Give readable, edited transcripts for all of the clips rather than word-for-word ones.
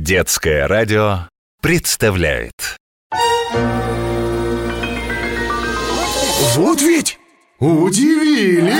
Детское радио представляет. Вот ведь удивили!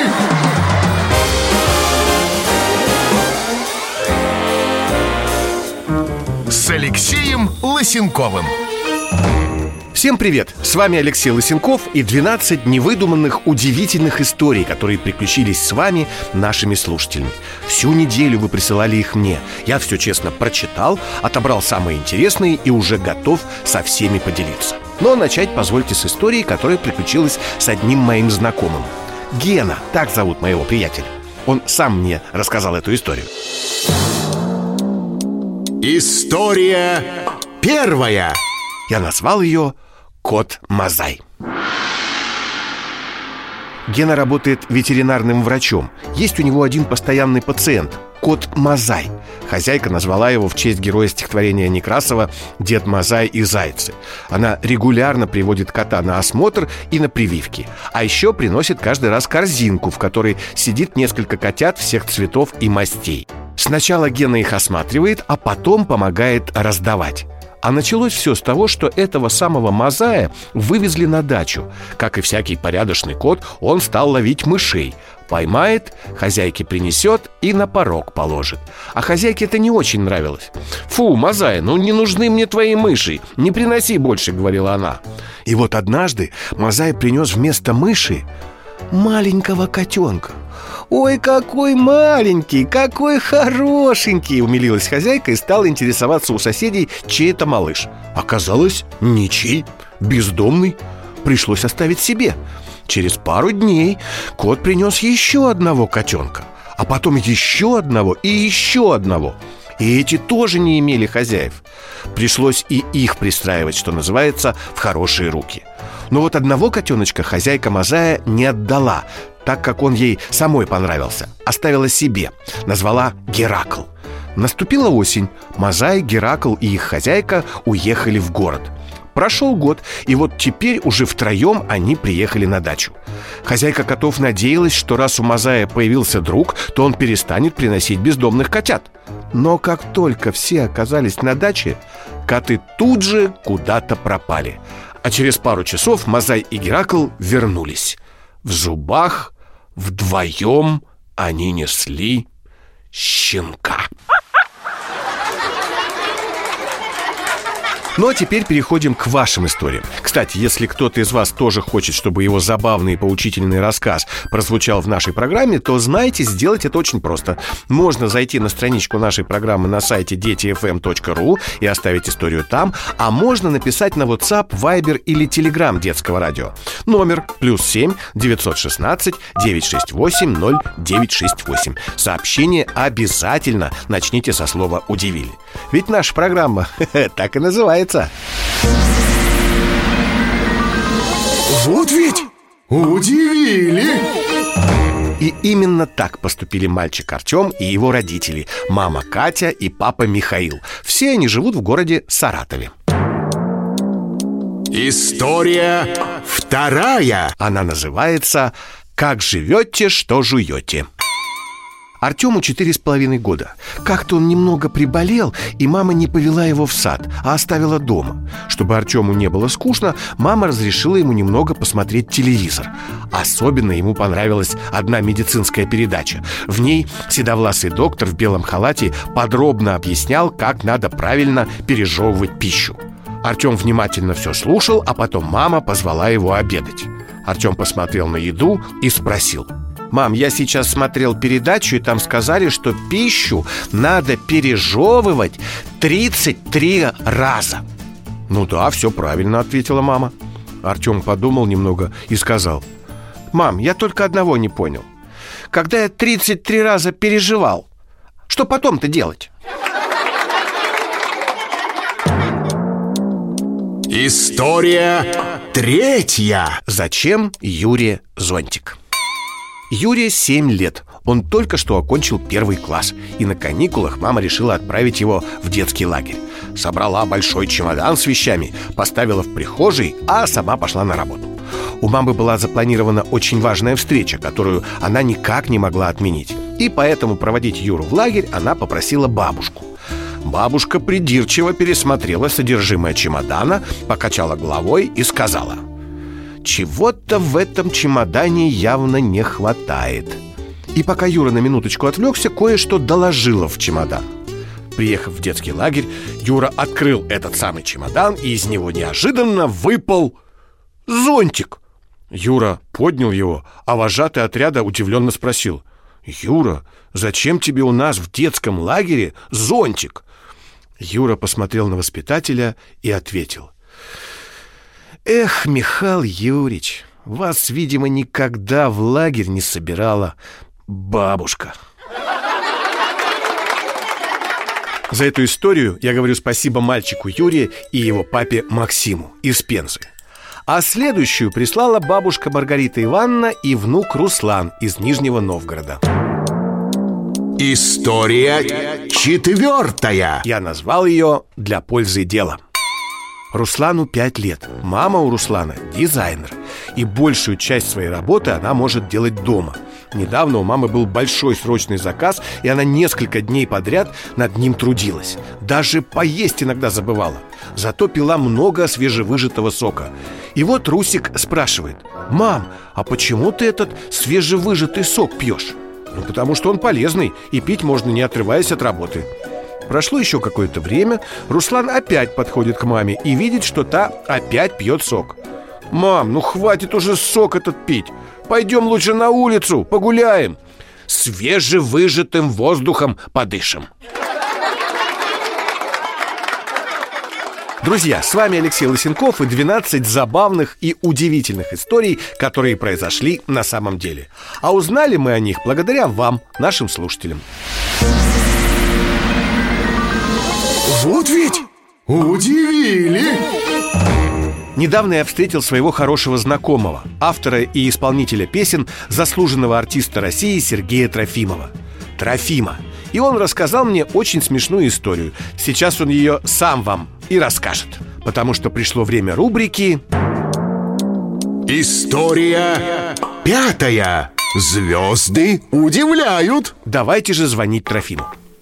С Алексеем Лысенковым. Всем привет! С вами Алексей Лысенков и 12 невыдуманных удивительных историй, которые приключились с вами, нашими слушателями. Всю неделю вы присылали их мне. Я все честно прочитал, отобрал самые интересные и уже готов со всеми поделиться. Но начать позвольте с истории, которая приключилась с одним моим знакомым. Гена, так зовут моего приятеля. Он сам мне рассказал эту историю. История первая. Я назвал ее «Кот Мазай». Гена работает ветеринарным врачом. Есть у него один постоянный пациент – кот Мазай. Хозяйка назвала его в честь героя стихотворения Некрасова «Дед Мазай и зайцы». Она регулярно приводит кота на осмотр и на прививки. А еще приносит каждый раз корзинку, в которой сидит несколько котят всех цветов и мастей. Сначала Гена их осматривает, а потом помогает раздавать. А началось все с того, что этого самого Мазая вывезли на дачу. Как и всякий порядочный кот, он стал ловить мышей. Поймает, хозяйке принесет и на порог положит. А хозяйке это не очень нравилось. «Фу, Мазай, ну не нужны мне твои мыши, не приноси больше», — говорила она. И вот однажды Мазай принес вместо мыши маленького котенка. «Ой, какой маленький, какой хорошенький!» — умилилась хозяйка и стала интересоваться у соседей, чей это малыш. Оказалось, ничей, бездомный. Пришлось оставить себе. Через пару дней кот принес еще одного котенка, а потом еще одного и еще одного. И эти тоже не имели хозяев. Пришлось и их пристраивать, что называется, в хорошие руки. Но вот одного котеночка хозяйка Мазая не отдала, так как он ей самой понравился. Оставила себе, назвала Геракл. Наступила осень. Мазай, Геракл и их хозяйка уехали в город. Прошел год, и вот теперь уже втроем они приехали на дачу. Хозяйка котов надеялась, что раз у Мазая появился друг, то он перестанет приносить бездомных котят. Но как только все оказались на даче, коты тут же куда-то пропали. А через пару часов Мазай и Геракл вернулись. В зубах вдвоем они несли щенка. Ну а теперь переходим к вашим историям. Кстати, если кто-то из вас тоже хочет, чтобы его забавный и поучительный рассказ прозвучал в нашей программе, то знайте, сделать это очень просто. Можно зайти на страничку нашей программы на сайте detifm.ru и оставить историю там, а можно написать на WhatsApp, Viber или Telegram Детского радио. Номер +7 916 968 0968. Сообщение обязательно начните со слова «удивили». Ведь наша программа так и называется. Вот ведь удивили! И именно так поступили мальчик Артем и его родители, мама Катя и папа Михаил. Все они живут в городе Саратове. История вторая. Она называется «Как живете, что жуете». Артему 4,5 года. Как-то он немного приболел, и мама не повела его в сад, а оставила дома. Чтобы Артему не было скучно, мама разрешила ему немного посмотреть телевизор. Особенно ему понравилась одна медицинская передача. В ней седовласый доктор в белом халате подробно объяснял, как надо правильно пережевывать пищу. Артем внимательно все слушал, а потом мама позвала его обедать. Артем посмотрел на еду и спросил: «Мам, я сейчас смотрел передачу, и там сказали, что пищу надо пережевывать 33 раза». «Ну да, все правильно», — ответила мама. Артем подумал немного и сказал: «Мам, я только одного не понял. Когда я 33 раза переживал, что потом-то делать?» История третья. Зачем Юре зонтик? Юре 7 лет. Он только что окончил 1 класс, и на каникулах мама решила отправить его в детский лагерь. Собрала большой чемодан с вещами, поставила в прихожей, а сама пошла на работу. У мамы была запланирована очень важная встреча, которую она никак не могла отменить. И поэтому проводить Юру в лагерь она попросила бабушку. Бабушка придирчиво пересмотрела содержимое чемодана, покачала головой и сказала: «Чего-то в этом чемодане явно не хватает». И пока Юра на минуточку отвлекся, кое-что доложила в чемодан. Приехав в детский лагерь, Юра открыл этот самый чемодан, и из него неожиданно выпал зонтик. Юра поднял его, а вожатый отряда удивленно спросил: «Юра, зачем тебе у нас в детском лагере зонтик?» Юра посмотрел на воспитателя и ответил: «Эх, Михаил Юрьевич, вас, видимо, никогда в лагерь не собирала бабушка». За эту историю я говорю спасибо мальчику Юре и его папе Максиму из Пензы. А следующую прислала бабушка Маргарита Ивановна и внук Руслан из Нижнего Новгорода. История 4. Я назвал ее «Для пользы дела». Руслану 5 лет. Мама у Руслана дизайнер, и большую часть своей работы она может делать дома. Недавно у мамы был большой срочный заказ, и она несколько дней подряд над ним трудилась. Даже поесть иногда забывала. Зато пила много свежевыжатого сока. И вот Русик спрашивает: «Мам, а почему ты этот свежевыжатый сок пьешь?» «Ну, потому что он полезный, и пить можно, не отрываясь от работы». Прошло еще какое-то время. Руслан опять подходит к маме и видит, что та опять пьет сок. «Мам, ну хватит уже сок этот пить. Пойдем лучше на улицу, погуляем. Свежевыжатым воздухом подышим». Друзья, с вами Алексей Лысенков и 12 забавных и удивительных историй, которые произошли на самом деле. А узнали мы о них благодаря вам, нашим слушателям. Вот ведь удивили! Недавно я встретил своего хорошего знакомого, автора и исполнителя песен, заслуженного артиста России Сергея Трофимова. Трофима. И он рассказал мне очень смешную историю. Сейчас он ее сам вам и расскажет, потому что пришло время рубрики История 5. Звезды удивляют. «Давайте же звонить Трофиму».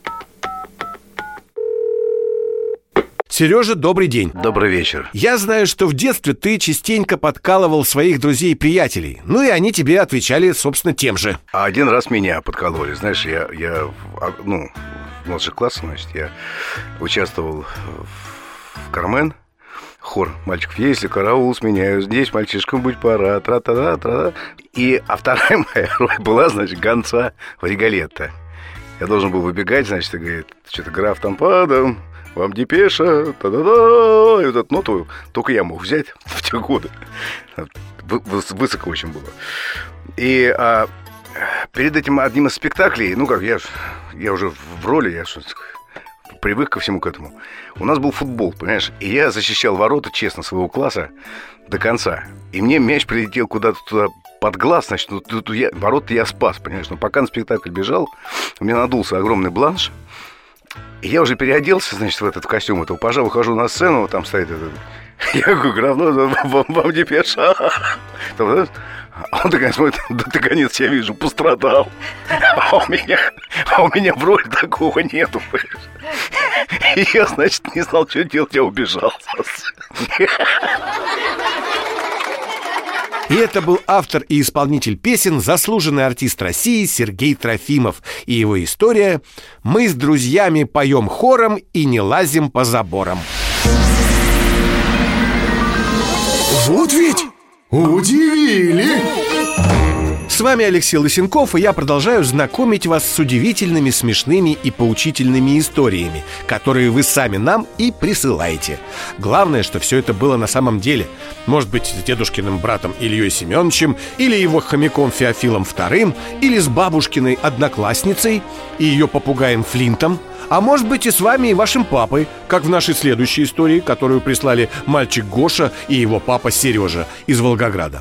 Сережа, добрый день. Добрый вечер. Я знаю, что в детстве ты частенько подкалывал своих друзей и приятелей. Ну и они тебе отвечали, собственно, тем же. А один раз меня подкололи. Знаешь, я в младших классах, значит, я участвовал в «Кармен». Хор мальчиков: «Если караул сменяю, здесь мальчишкам быть пора, тра-та-та-та». А вторая моя роль была, значит, гонца в Риголетто. Я должен был выбегать, значит, и говорит: что-то граф там падом, вам депеша, та-да-да. И вот эту ноту только я мог взять в те годы. Высоко очень было. И перед этим одним из спектаклей, я уже в роли, я привык ко всему к этому. У нас был футбол, понимаешь? И я защищал ворота, честно, своего класса до конца. И мне мяч прилетел куда-то туда под глаз, значит, ворота я спас, понимаешь? Но пока на спектакль бежал, у меня надулся огромный бланш. И я уже переоделся, значит, в этот костюм этого пажа, выхожу на сцену, вот там стоит этот... Я говорю: граф, вам депеша. А он такой смотрит: да ты, конец, я вижу, пострадал. А у меня в роли такого нету. И я, значит, не знал, что делать, я убежал. И это был автор и исполнитель песен, заслуженный артист России Сергей Трофимов. И его история «Мы с друзьями поем хором и не лазим по заборам». Вот ведь удивили! С вами Алексей Лысенков, и я продолжаю знакомить вас с удивительными, смешными и поучительными историями, которые вы сами нам и присылаете. Главное, что все это было на самом деле. Может быть, с дедушкиным братом Ильей Семеновичем, или его хомяком Феофилом II, или с бабушкиной одноклассницей и ее попугаем Флинтом. А может быть, и с вами, и вашим папой, как в нашей следующей истории, которую прислали мальчик Гоша и его папа Сережа из Волгограда.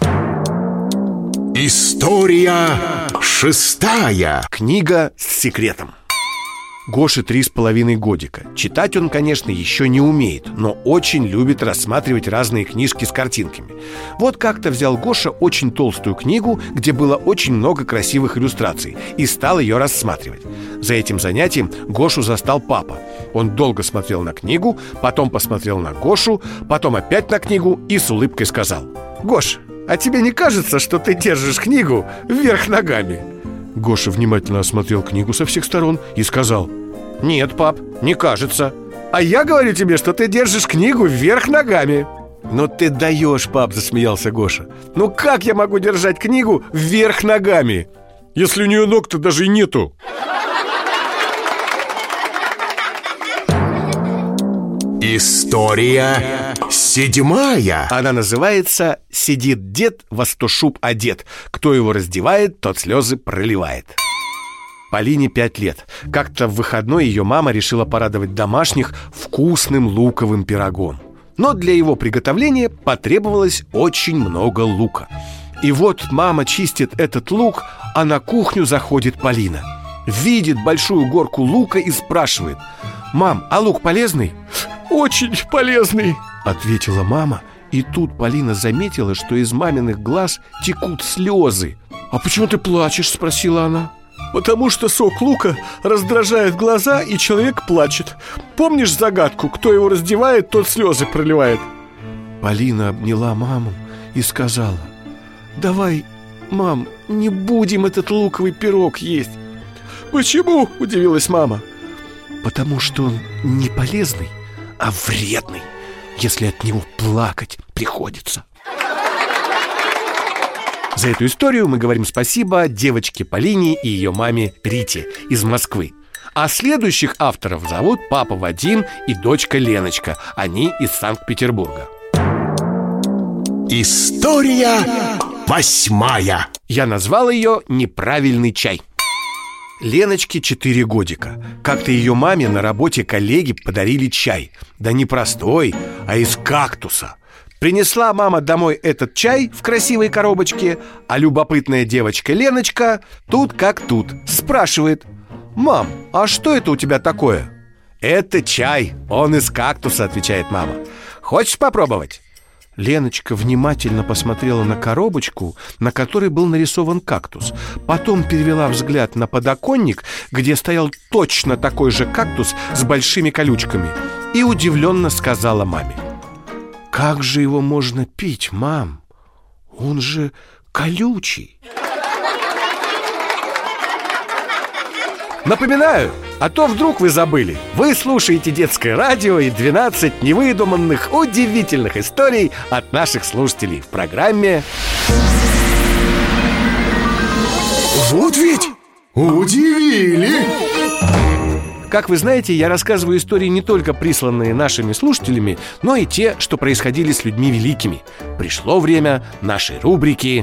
История 6. Книга с секретом. Гоше 3,5 годика. Читать он, конечно, еще не умеет, но очень любит рассматривать разные книжки с картинками. Вот как-то взял Гоша очень толстую книгу, где было очень много красивых иллюстраций, и стал ее рассматривать. За этим занятием Гошу застал папа. Он долго смотрел на книгу, потом посмотрел на Гошу, потом опять на книгу и с улыбкой сказал: «Гош, а тебе не кажется, что ты держишь книгу вверх ногами?» Гоша внимательно осмотрел книгу со всех сторон и сказал: «Нет, пап, не кажется. А я говорю тебе, что ты держишь книгу вверх ногами». «Ну ты даешь, пап», — засмеялся Гоша. «Ну как я могу держать книгу вверх ногами, если у нее ног-то даже и нету?» История 7. Она называется «Сидит дед, во 100 шуб одет. Кто его раздевает, тот слезы проливает». Полине 5 лет. Как-то в выходной ее мама решила порадовать домашних вкусным луковым пирогом. Но для его приготовления потребовалось очень много лука. И вот мама чистит этот лук, а на кухню заходит Полина. Видит большую горку лука и спрашивает: «Мам, а лук полезный?» «Очень полезный», — ответила мама. И тут Полина заметила, что из маминых глаз текут слезы. «А почему ты плачешь?» — спросила она. «Потому что сок лука раздражает глаза, и человек плачет. Помнишь загадку: кто его раздевает, тот слезы проливает?» Полина обняла маму и сказала: «Давай, мам, не будем этот луковый пирог есть». «Почему?» — удивилась мама. «Потому что он не полезный, а вредный, если от него плакать приходится». За эту историю мы говорим спасибо девочке Полине и ее маме Рите из Москвы. А следующих авторов зовут папа Вадим и дочка Леночка. Они из Санкт-Петербурга. История 8. Я назвал ее «Неправильный чай». Леночке 4 годика. Как-то ее маме на работе коллеги подарили чай. Да не простой, а из кактуса. Принесла мама домой этот чай в красивой коробочке, а любопытная девочка Леночка тут как тут спрашивает: «Мам, а что это у тебя такое?» «Это чай, он из кактуса», — отвечает мама. «Хочешь попробовать?» Леночка внимательно посмотрела на коробочку, на которой был нарисован кактус. Потом перевела взгляд на подоконник, где стоял точно такой же кактус с большими колючками, и удивленно сказала маме: «Как же его можно пить, мам? Он же колючий». Напоминаю, а то вдруг вы забыли. Вы слушаете детское радио и 12 невыдуманных, удивительных историй от наших слушателей в программе Вот ведь удивили! Как вы знаете, я рассказываю истории не только присланные нашими слушателями, но и те, что происходили с людьми великими. Пришло время нашей рубрики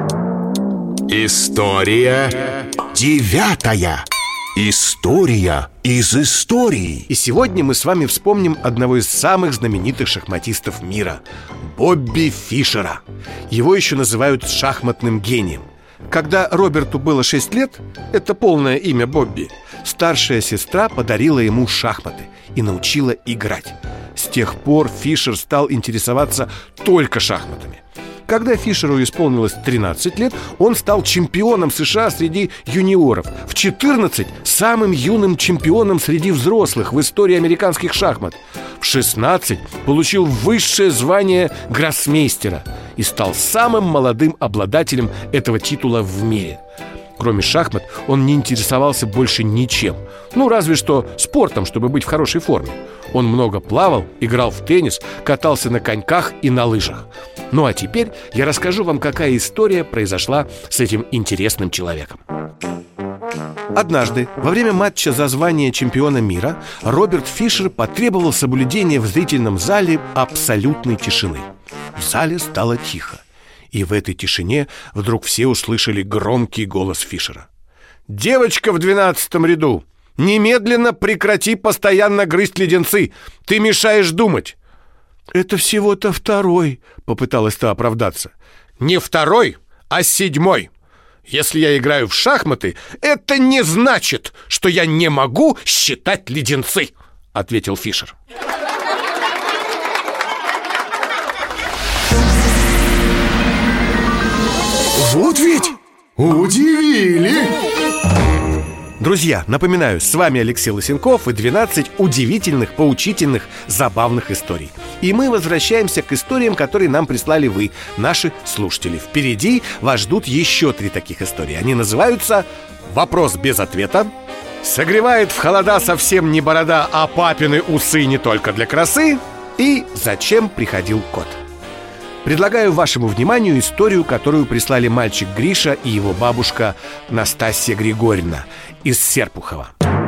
История 9. История из истории. И сегодня мы с вами вспомним одного из самых знаменитых шахматистов мира – Бобби Фишера. Его еще называют шахматным гением. Когда Роберту было 6 лет, это полное имя Бобби, старшая сестра подарила ему шахматы и научила играть. С тех пор Фишер стал интересоваться только шахматами. Когда Фишеру исполнилось 13 лет, он стал чемпионом США среди юниоров. В 14 – самым юным чемпионом среди взрослых в истории американских шахмат. В 16 получил высшее звание гроссмейстера и стал самым молодым обладателем этого титула в мире. Кроме шахмат, он не интересовался больше ничем. Ну, разве что спортом, чтобы быть в хорошей форме. Он много плавал, играл в теннис, катался на коньках и на лыжах. Ну а теперь я расскажу вам, какая история произошла с этим интересным человеком. Однажды, во время матча за звание чемпиона мира, Роберт Фишер потребовал соблюдения в зрительном зале абсолютной тишины. В зале стало тихо. И в этой тишине вдруг все услышали громкий голос Фишера: «Девочка в 12-м ряду, немедленно прекрати постоянно грызть леденцы! Ты мешаешь думать!» «Это всего-то 2-й», — попыталась та оправдаться. «Не 2-й, а 7-й. Если я играю в шахматы, это не значит, что я не могу считать леденцы, ответил Фишер. Вот ведь удивили! Друзья, напоминаю, с вами Алексей Лысенков и 12 удивительных, поучительных, забавных историй. И мы возвращаемся к историям, которые нам прислали вы, наши слушатели. Впереди вас ждут еще 3 таких истории. Они называются «Вопрос без ответа», «Согревает в холода совсем не борода, а папины усы не только для красы» и «Зачем приходил кот?». Предлагаю вашему вниманию историю, которую прислали мальчик Гриша и его бабушка Настасья Григорьевна из Серпухова.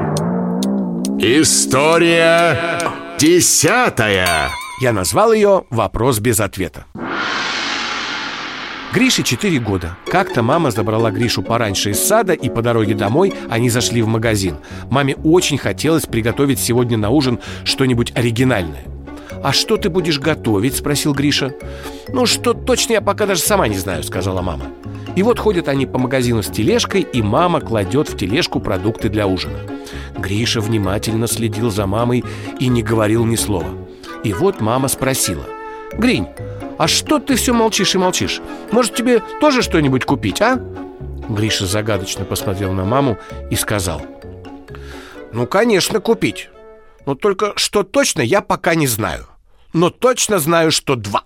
История 10. Я назвал ее «Вопрос без ответа». Грише 4 года. Как-то мама забрала Гришу пораньше из сада, и по дороге домой они зашли в магазин. Маме очень хотелось приготовить сегодня на ужин что-нибудь оригинальное. «А что ты будешь готовить?» – спросил Гриша. «Ну, что точно я пока даже сама не знаю», – сказала мама. И вот ходят они по магазину с тележкой, и мама кладет в тележку продукты для ужина. Гриша внимательно следил за мамой и не говорил ни слова. И вот мама спросила: «Гринь, а что ты все молчишь и молчишь? Может, тебе тоже что-нибудь купить, а?» Гриша загадочно посмотрел на маму и сказал: «Ну, конечно, купить. Но только что точно я пока не знаю. Но точно знаю, что 2.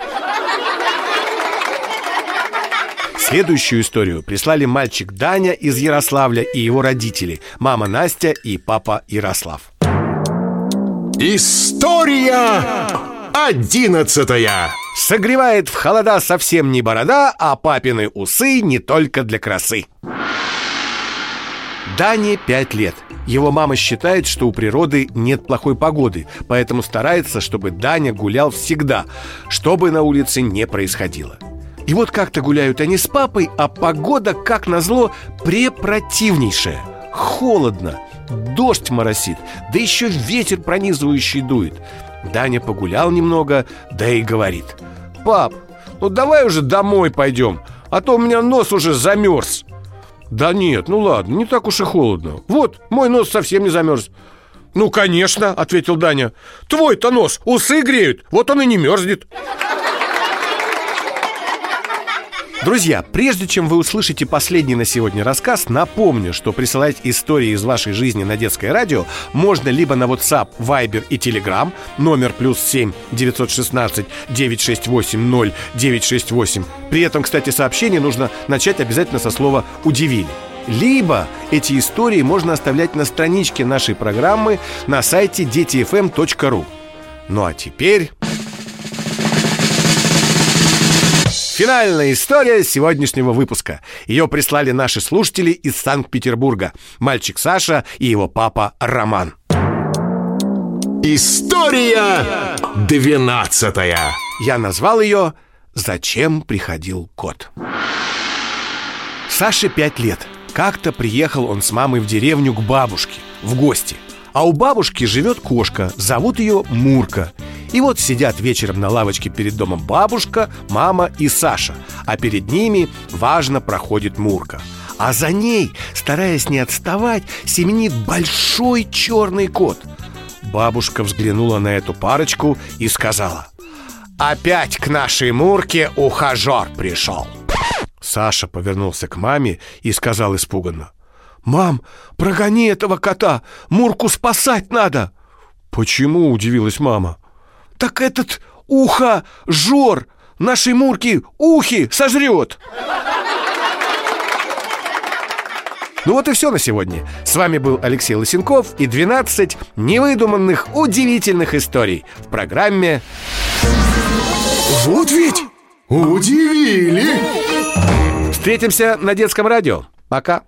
Следующую историю прислали мальчик Даня из Ярославля и его родители, мама Настя и папа Ярослав. История 11. Согревает в холода совсем не борода, а папины усы не только для красы. Дане 5 лет. Его мама считает, что у природы нет плохой погоды, поэтому старается, чтобы Даня гулял всегда, что бы на улице не происходило. И вот как-то гуляют они с папой, а погода, как назло, препротивнейшая. Холодно, дождь моросит, да еще ветер пронизывающий дует. Даня погулял немного, да и говорит: «Пап, ну давай уже домой пойдем, а то у меня нос уже замерз». «Да нет, ну ладно, не так уж и холодно. Вот, мой нос совсем не замерз». «Ну, конечно», — ответил Даня. «Твой-то нос усы греют, вот он и не мерзнет». Друзья, прежде чем вы услышите последний на сегодня рассказ, напомню, что присылать истории из вашей жизни на детское радио можно либо на WhatsApp, Viber и Telegram, номер +7 916 968 0968. При этом, кстати, сообщение нужно начать обязательно со слова «удивили». Либо эти истории можно оставлять на страничке нашей программы на сайте детифм.ру. Ну а теперь... финальная история сегодняшнего выпуска. Ее прислали наши слушатели из Санкт-Петербурга. Мальчик Саша и его папа Роман. История 12. Я назвал ее «Зачем приходил кот?». Саше 5 лет. Как-то приехал он с мамой в деревню к бабушке в гости. А у бабушки живет кошка, зовут ее Мурка. И вот сидят вечером на лавочке перед домом бабушка, мама и Саша, а перед ними важно проходит Мурка. А за ней, стараясь не отставать, семенит большой черный кот. Бабушка взглянула на эту парочку и сказала: «Опять к нашей Мурке ухажер пришел». Саша повернулся к маме и сказал испуганно: «Мам, прогони этого кота, Мурку спасать надо». «Почему?» – удивилась мама. «Так этот ухажер нашей Мурки ухи сожрет». Ну вот и все на сегодня. С вами был Алексей Лысенков и 12 невыдуманных удивительных историй в программе Вот ведь удивили! «Встретимся на детском радио». Пока.